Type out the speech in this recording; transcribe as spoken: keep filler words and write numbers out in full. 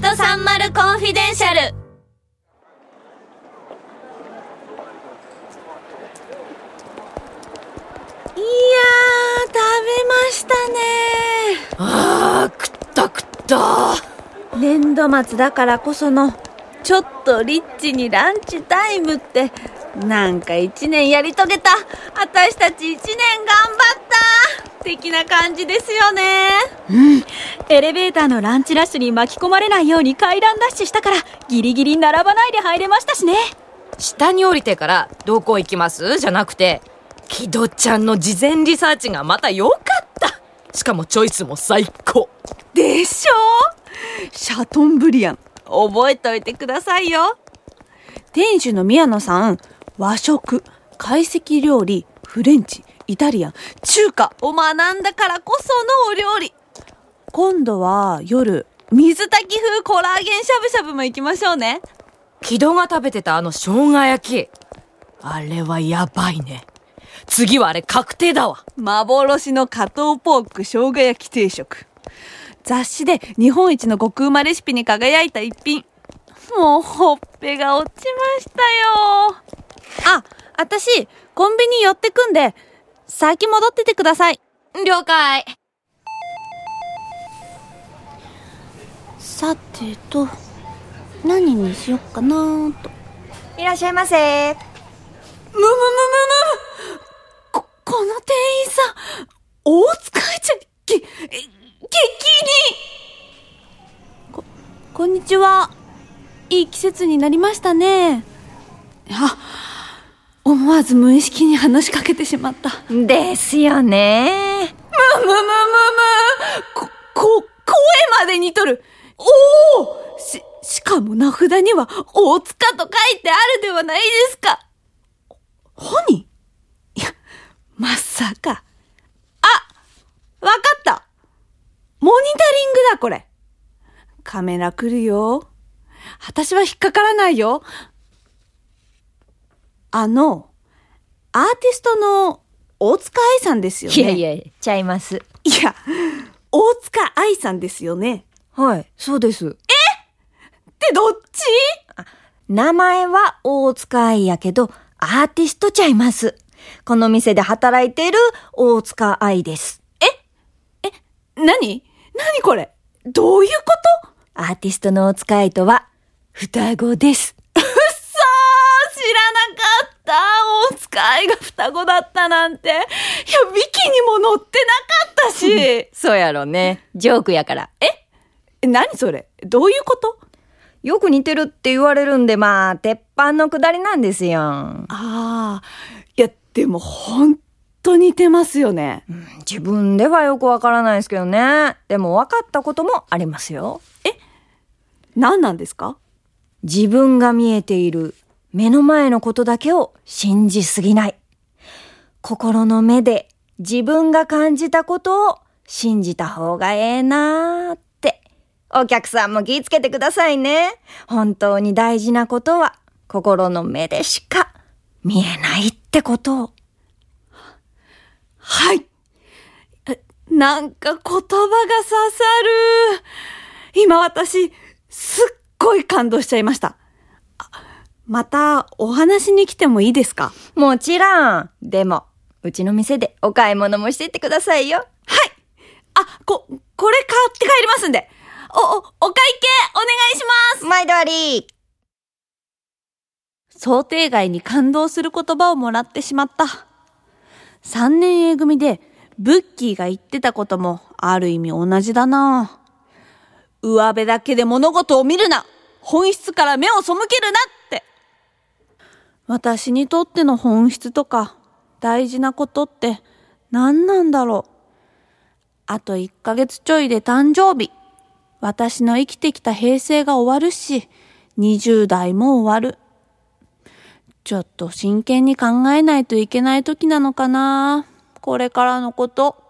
トさんじゅうコンフィデンシャル。いやー、 食べましたね。 あー、食った食った。 年度末だからこそのちょっとリッチにランチタイムって、なんか一年やり遂げた、私たち一年頑張った的な感じですよね。 うん、エレベーターのランチラッシュに巻き込まれないように階段ダッシュしたからギリギリ並ばないで入れましたしね。 下に降りてからどこ行きますじゃなくて、木戸ちゃんの事前リサーチがまた良かった。しかもチョイスも最高でしょ。シャトンブリアン覚えておいてくださいよ。店主の宮野さん、和食、懐石料理、フレンチ、イタリアン、中華を学んだからこそのお料理。今度は夜、水炊き風コラーゲンしゃぶしゃぶも行きましょうね。 木戸が食べてたあの生姜焼き、あれはやばいね。次はあれ確定だわ。 幻の加藤ポーク生姜焼き定食。雑誌で日本一の極うまレシピに輝いた一品。もうほっぺが落ちましたよ。あ、私コンビニ寄ってくんで先戻っててください。 了解。 さてと、何にしよっかなーと。 いらっしゃいませ。 むむむむむこ、この店員さん、大塚愛ちゃん、げ、激にこ、こんにちは。いい季節になりましたね。あ、思わず無意識に話しかけてしまった。 ですよね。 むむむむむこ、こ、声まで似とる。おお、し、しかも名札には大塚と書いてあるではないですか。本人？いや、まさか。あ、わかった。モニタリングだこれ。カメラ来るよ。私は引っかからないよ。あの、アーティストの大塚愛さんですよね。 いやいや、ちゃいます。 いや、大塚愛さんですよね。 はい、そうです。え？ ってどっち？ あ、名前は大塚愛やけど、アーティストちゃいます。この店で働いてる大塚愛です。 え？え？何？何これ？どういうこと？ アーティストの大塚愛とは、双子です。 うっそー、知らなかった。大塚愛が双子だったなんて。いや、ビキにも載ってなかったし。 そうやろね。ジョークやから。 え？何それ？どういうこと？ よく似てるって言われるんで、まあ、鉄板のくだりなんですよ。ああ、いや、でも本当似てますよね。 うん、自分ではよくわからないですけどね。でも分かったこともありますよ。 え？何なんですか？ 自分が見えている目の前のことだけを信じすぎない。心の目で自分が感じたことを信じた方がええなーって。お客さんも気ぃつけてくださいね。本当に大事なことは心の目でしか見えないってことを。 はい。なんか言葉が刺さる。今私、すっごい感動しちゃいました。またお話に来てもいいですか？ もちろん。でも、うちの店でお買い物もしてってくださいよ。 はい。あ、こ、これ買って帰りますんで。お、お、お会計お願いします。 毎度あり。 想定外に感動する言葉をもらってしまった。さんねん A 組でブッキーが言ってたこともある意味同じだな。上辺だけで物事を見るな、本質から目を背けるなって。私にとっての本質とか大事なことって何なんだろう。あといっかげつちょいで誕生日。私の生きてきた平成が終わるし、にじゅう代も終わる。ちょっと真剣に考えないといけない時なのかな、これからのこと。